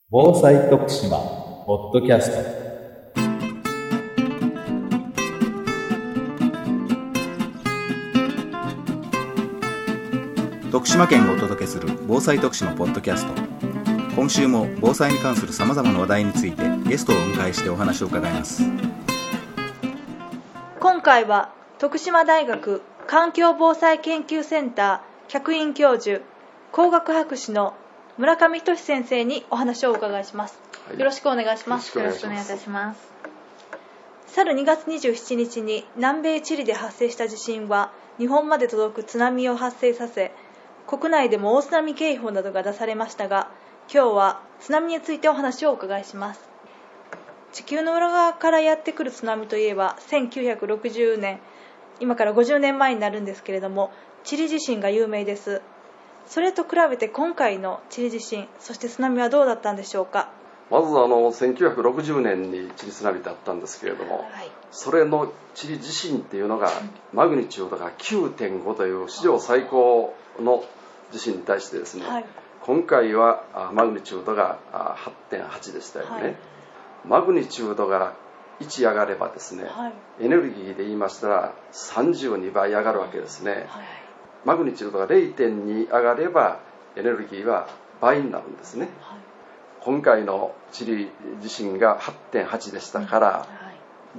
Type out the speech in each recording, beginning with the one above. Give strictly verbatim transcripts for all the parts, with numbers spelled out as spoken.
防災徳島ポッドキャスト。 徳島県がお届けする防災徳島ポッドキャスト。今週も防災に関するさまざまな話題についてゲストをお迎えしてお話を伺います。 今回は徳島大学環境防災研究センター客員教授工学博士の村上仁先生にお話をお伺いします、はい、よろしくお願いします。 よろしくお願いいたします。 去るにがつにじゅうしちにちに南米チリで発生した地震は日本まで届く津波を発生させ、国内でも大津波警報などが出されましたが、今日は津波についてお話をお伺いします。地球の裏側からやってくる津波といえばせんきゅうひゃくろくじゅうねん、今からごじゅうねんまえになるんですけれども、チリ地震が有名です。それと比べて今回のチリ地震、そして津波はどうだったんでしょうか。 まずあのせんきゅうひゃくろくじゅうねんにチリ津波だったんですけれども、はい、それのチリ地震っていうのがマグニチュードが きゅうてんご という史上最高の地震に対してですね、はい、今回はマグニチュードが はってんはち でしたよね、はい、マグニチュードがいち上がればですね、はい、エネルギーで言いましたらさんじゅうにばい上がるわけですね、はい、マグニチュードが れいてんに 上がればエネルギーは倍になるんですね、はい、今回のチリ地震が はってんはち でしたから、はい、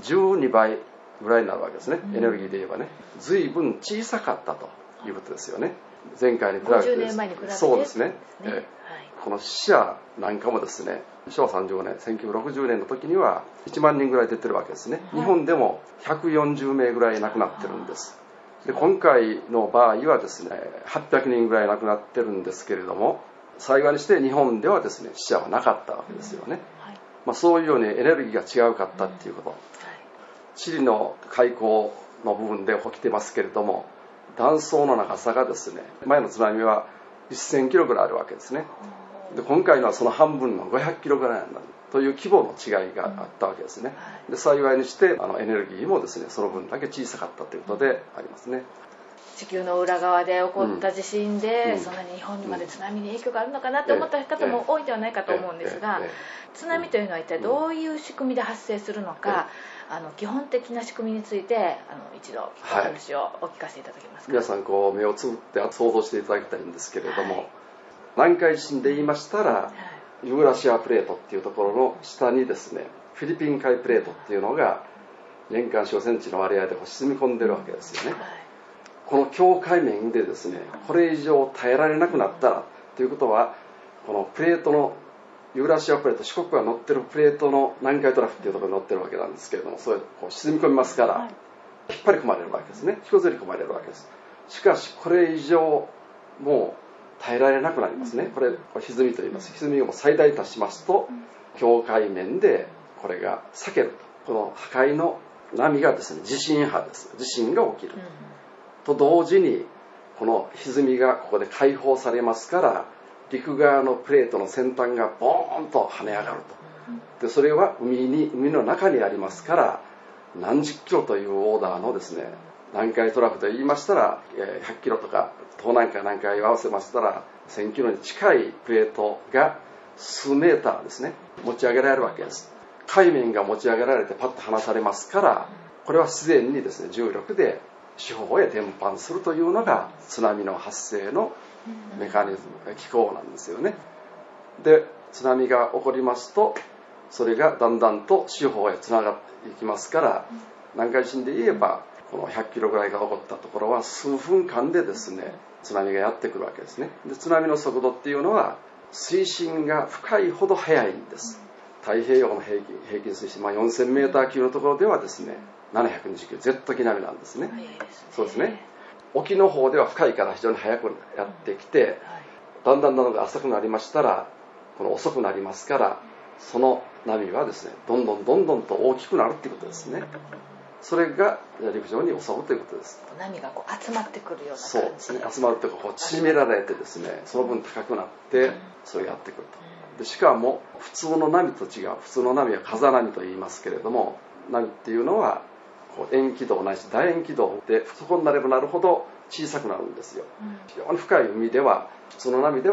じゅうにばいぐらいになるわけですね、うん、エネルギーで言えばね、随分小さかったということですよね。前回に比べてごじゅうねんまえに比べてそうですね、 えーはい、 この死者なんかもですね、しょわさんじゅうごねんせんきゅうひゃくろくじゅうねんの時にはいちまんにんぐらい出てるわけですね、はい、日本でもひゃくよんじゅうめいぐらい亡くなってるんです。で今回の場合はですねはっぴゃくにんぐらい亡くなってるんですけれども、幸いにして日本ではですね死者はなかったわけですよね、はい、まあ、そういうようにエネルギーが違うかったっていうこと、はい、チリの海溝の部分で起きてますけれども、断層の長さがですね、前の津波はせんキロぐらいあるわけですね。で今回のはその半分のごひゃくキロぐらいになるという規模の違いがあったわけですね。で幸いにしてあのエネルギーもですねその分だけ小さかったということでありますね。 地球の裏側で起こった地震で、うん、そんなに日本にまで津波に影響があるのかなって思った方も多いんではないかと思うんですが、津波というのは一体どういう仕組みで発生するのか、あの基本的な仕組みについてあの一度お話をお聞かせいただけますか。 はい、皆さんこう目をつぶって想像していただきたいんですけれども、はい、南海地震で言いましたら、はい、ユーラシアプレートっていうところの下にですねフィリピン海プレートっていうのが年間よんセンチの割合で沈み込んでるわけですよね、はい、この境界面でですねこれ以上耐えられなくなったらということは、このプレートのユーラシアプレート、四国が乗ってるプレートの南海トラフっていうところに乗ってるわけなんですけれども、それこう沈み込みますから、はい、引っ張り込まれるわけですね。引きずり込まれるわけです。しかしこれ以上もう耐えられなくなりますね。これ、これ歪みと言います。歪みをもう最大に達しますと、境界面でこれが裂けると。この破壊の波がですね地震波です。地震が起きる、うん、と同時にこの歪みがここで解放されますから、陸側のプレートの先端がボーンと跳ね上がると。でそれは海に海の中にありますから、何十キロというオーダーのですね南海トラフと言いましたらひゃっキロとか、東南海南海を合わせましたらせんキロに近いプレートが数メーターですね持ち上げられるわけです。海面が持ち上げられてパッと離されますから、これは自然にですね重力で四方へ転換するというのが津波の発生のメカニズム、機構なんですよね。で津波が起こりますと、それがだんだんと四方へつながっていきますから、南海地震で言えばこのひゃっキロぐらいが起こったところは数分間でですね津波がやってくるわけですね。で津波の速度っていうのは水深が深いほど速いんです。太平洋の平均、平均水深、まあ、よんせんメーター級のところではですねななひゃくにじゅっキロ、ジェット機並みなんですね。そうですね。沖の方では深いから非常に早くやってきて、だんだんだんだん浅くなりましたらこの遅くなりますから、その波はですねどんどんどんどんと大きくなるということですね。それが陸上に襲うということです。 波がこう集まってくるような感じ。 そうですね。集まるというかこう縮められてですね、その分高くなってそれがやってくると。でしかも普通の波と違う、普通の波は風波と言いますけれども、波っていうのはこう円軌道ないし楕円軌道でそこになればなるほど小さくなるんですよ。非常に深い海では普通の波では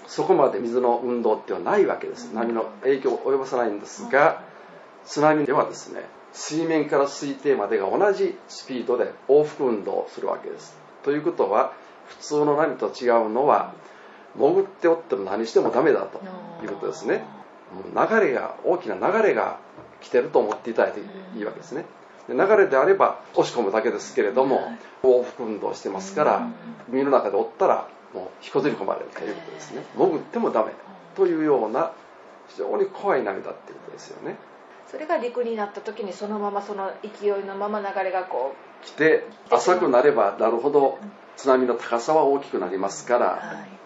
そこまで水の運動っていうのはないわけです。波の影響を及ぼさないんですが、津波ではですね、水面から水底までが同じスピードで往復運動するわけです。ということは、普通の波と違うのは、潜っておっても何してもダメだということですね。もう流れが、大きな流れが来てると思っていただいていいわけですね。で流れであれば押し込むだけですけれども、往復運動してますから、海の中でおったらもう引こずり込まれるということですね。潜ってもダメというような非常に怖い波だっていうことですよね。 それが陸になった時にそのままその勢いのまま流れがこう来て、浅くなればなるほど津波の高さは大きくなりますから、はい、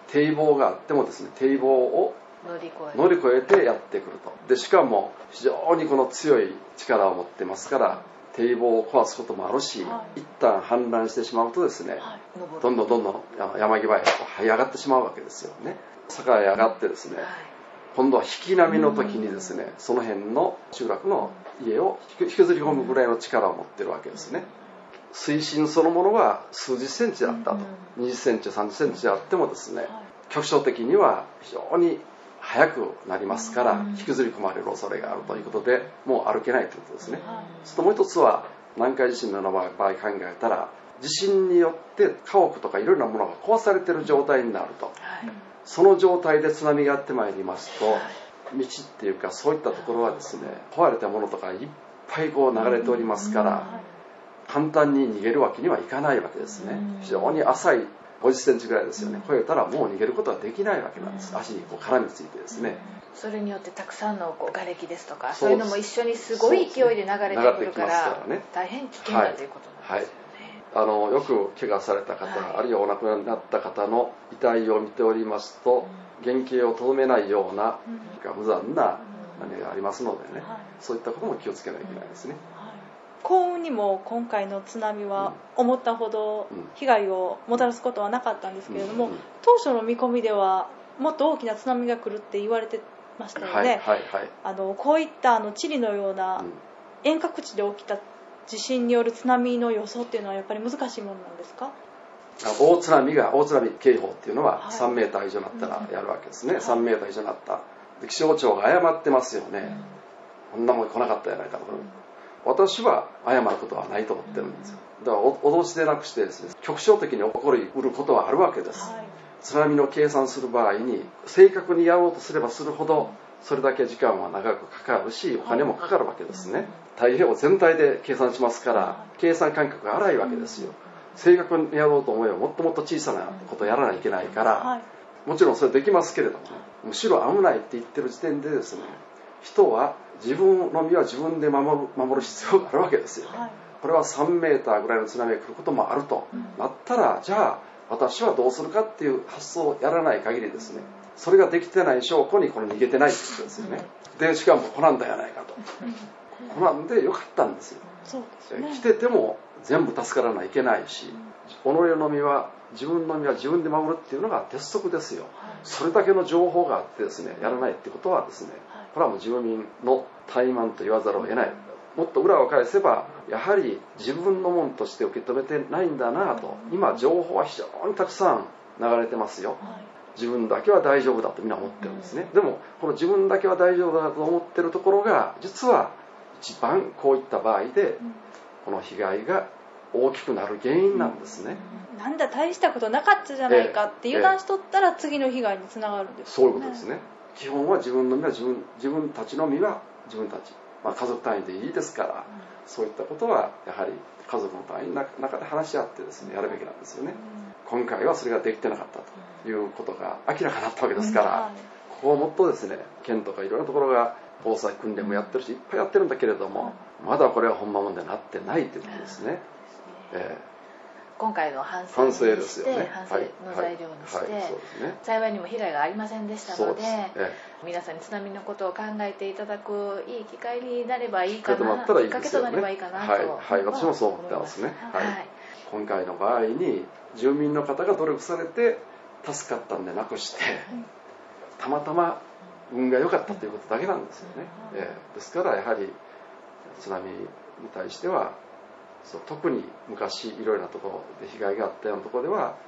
堤防があってもですね、堤防を乗り越え乗り越えてやってくると。でしかも非常にこの強い力を持ってますから、堤防を壊すこともあるし、はい、一旦氾濫してしまうとですね、はい、どんどんどんどん山際へ這い上がってしまうわけですよね。坂へ上がってですね、はい、今度は引き波の時にですね、その辺の集落の家を引きずり込むぐらいの力を持ってるわけですね。水深そのものは数十センチだったと、にじゅっセンチさんじゅっセンチであってもですね、局所的には非常に速くなりますから引きずり込まれる恐れがあるということで、もう歩けないということですね。そしてもう一つは、南海地震のような場合考えたら、地震によって家屋とかいろいろなものが壊されている状態になると、その状態で津波がやってまいりますと、道っていうかそういったところはですね、壊れたものとかいっぱいこう流れておりますから、簡単に逃げるわけにはいかないわけですね。非常に浅いごじゅっセンチぐらいですよね。越えたらもう逃げることはできないわけなんです。足にこう絡みついてですね。 それによってたくさんのこう瓦礫ですとか、そういうのも一緒にすごい勢いで流れてくるから、大変危険だということなんですよね。 はい、あのよく怪我された方、はい、あるいはお亡くなりになった方の遺体を見ておりますと、うん、原型をとどめないような、うん、無残な何がありますのでね、はい、そういったことも気をつけないといけないですね。 うんはい、幸運にも今回の津波は思ったほど被害をもたらすことはなかったんですけれども、うんうん、当初の見込みではもっと大きな津波が来るって言われてましたよね。はいはいはい、あのこういったあのチリのような遠隔地で起きた地震による津波の予想っていうのはやっぱり難しいものなんですか？ 大津波が大津波警報っていうのはさんメーター以上になったらやるわけですね。はい、さんメーター以上になった。で気象庁が誤ってますよね。うん、こんなもん来なかったじゃないかと。うん、私は謝ることはないと思ってるんですよ。だから脅しでなくしてですね、局所的に起こりうることはあるわけです。はい、津波の計算する場合に正確にやろうとすればするほどそれだけ時間は長くかかるし、お金もかかるわけですね。太平洋全体で計算しますから計算感覚が荒いわけですよ。正確にやろうと思えばもっともっと小さなことをやらないといけないから、もちろんそれできますけれどもね、むしろ危ないって言ってる時点でですね、人は自分の身は自分で守る、守る必要があるわけですよ。これはさんメーターぐらいの津波が来ることもあるとなったら、じゃあ私はどうするかっていう発想をやらない限りですね、それができてない証拠にこれ逃げてないってことですよね。でしかも来なんだやないかと、来なんでよかったんですよ。そうですね、来てても全部助からないといけないし、己の身は自分の身は自分で守るっていうのが鉄則ですよ。それだけの情報があってですね、やらないってことはですね、これはもう住民の怠慢と言わざるを得ない。もっと裏を返せば、やはり自分のものとして受け止めてないんだなと。今情報は非常にたくさん流れてますよ。自分だけは大丈夫だとみんな思ってるんですね。でもこの自分だけは大丈夫だと思ってるところが、実は一番こういった場合でこの被害が大きくなる原因なんですね。 なんだ大したことなかったじゃないかって油断しとったら次の被害につながるんですよね。 そういうことですね。基本は自分の身は自分、自分たちの身は自分たち、まあ、家族単位でいいですから、うん、そういったことはやはり家族の単位の中で話し合ってですね、やるべきなんですよね。うん、今回はそれができてなかったということが明らかになったわけですから、うんはい、ここをもっとですね、県とかいろんなところが防災訓練もやってるし、いっぱいやってるんだけれども、まだこれはほんまもんでなってないということですね。うんえー今回の反省にして反省ですよね、反省の材料にして、 はいはいはいね、 幸いにも被害がありませんでしたので、ええ、皆さんに津波のことを考えていただくいい機会になればいいかな、きっかけとなればいいかなと、 はいはい、私もそう思ってますね、はいはい、今回の場合に住民の方が努力されて助かったんでなくして、たまたま運が良かったということだけなんですよね、ええ、ですからやはり津波に対してはそう特に昔いろいろなところで被害があったようなところでは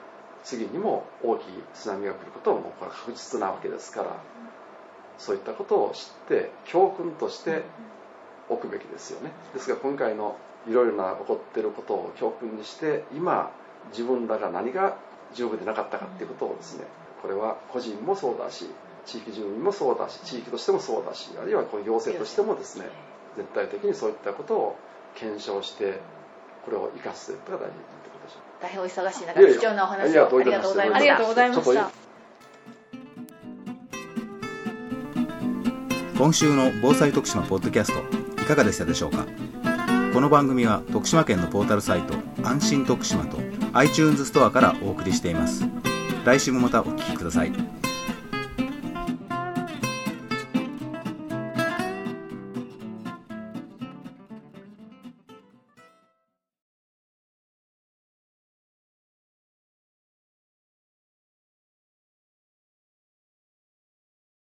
次にも大きい津波が来ることはもうこれ確実なわけですから、そういったことを知って教訓としておくべきですよね。ですが今回のいろいろな起こっていることを教訓にして、今自分らが何が十分でなかったかっていうことをですね、これは個人もそうだし、地域住民もそうだし、地域としてもそうだし、あるいはこの行政としてもですね、絶対的にそういったことを検証してこれを生かすということが大事ということでしょう。 大変お忙しい中、貴重なお話をありがとうございました。 ありがとうございました。 今週の防災徳島ポッドキャストいかがでしたでしょうか。この番組は徳島県のポータルサイト安心徳島と iTunes ストアからお送りしています。来週もまたお聞きください。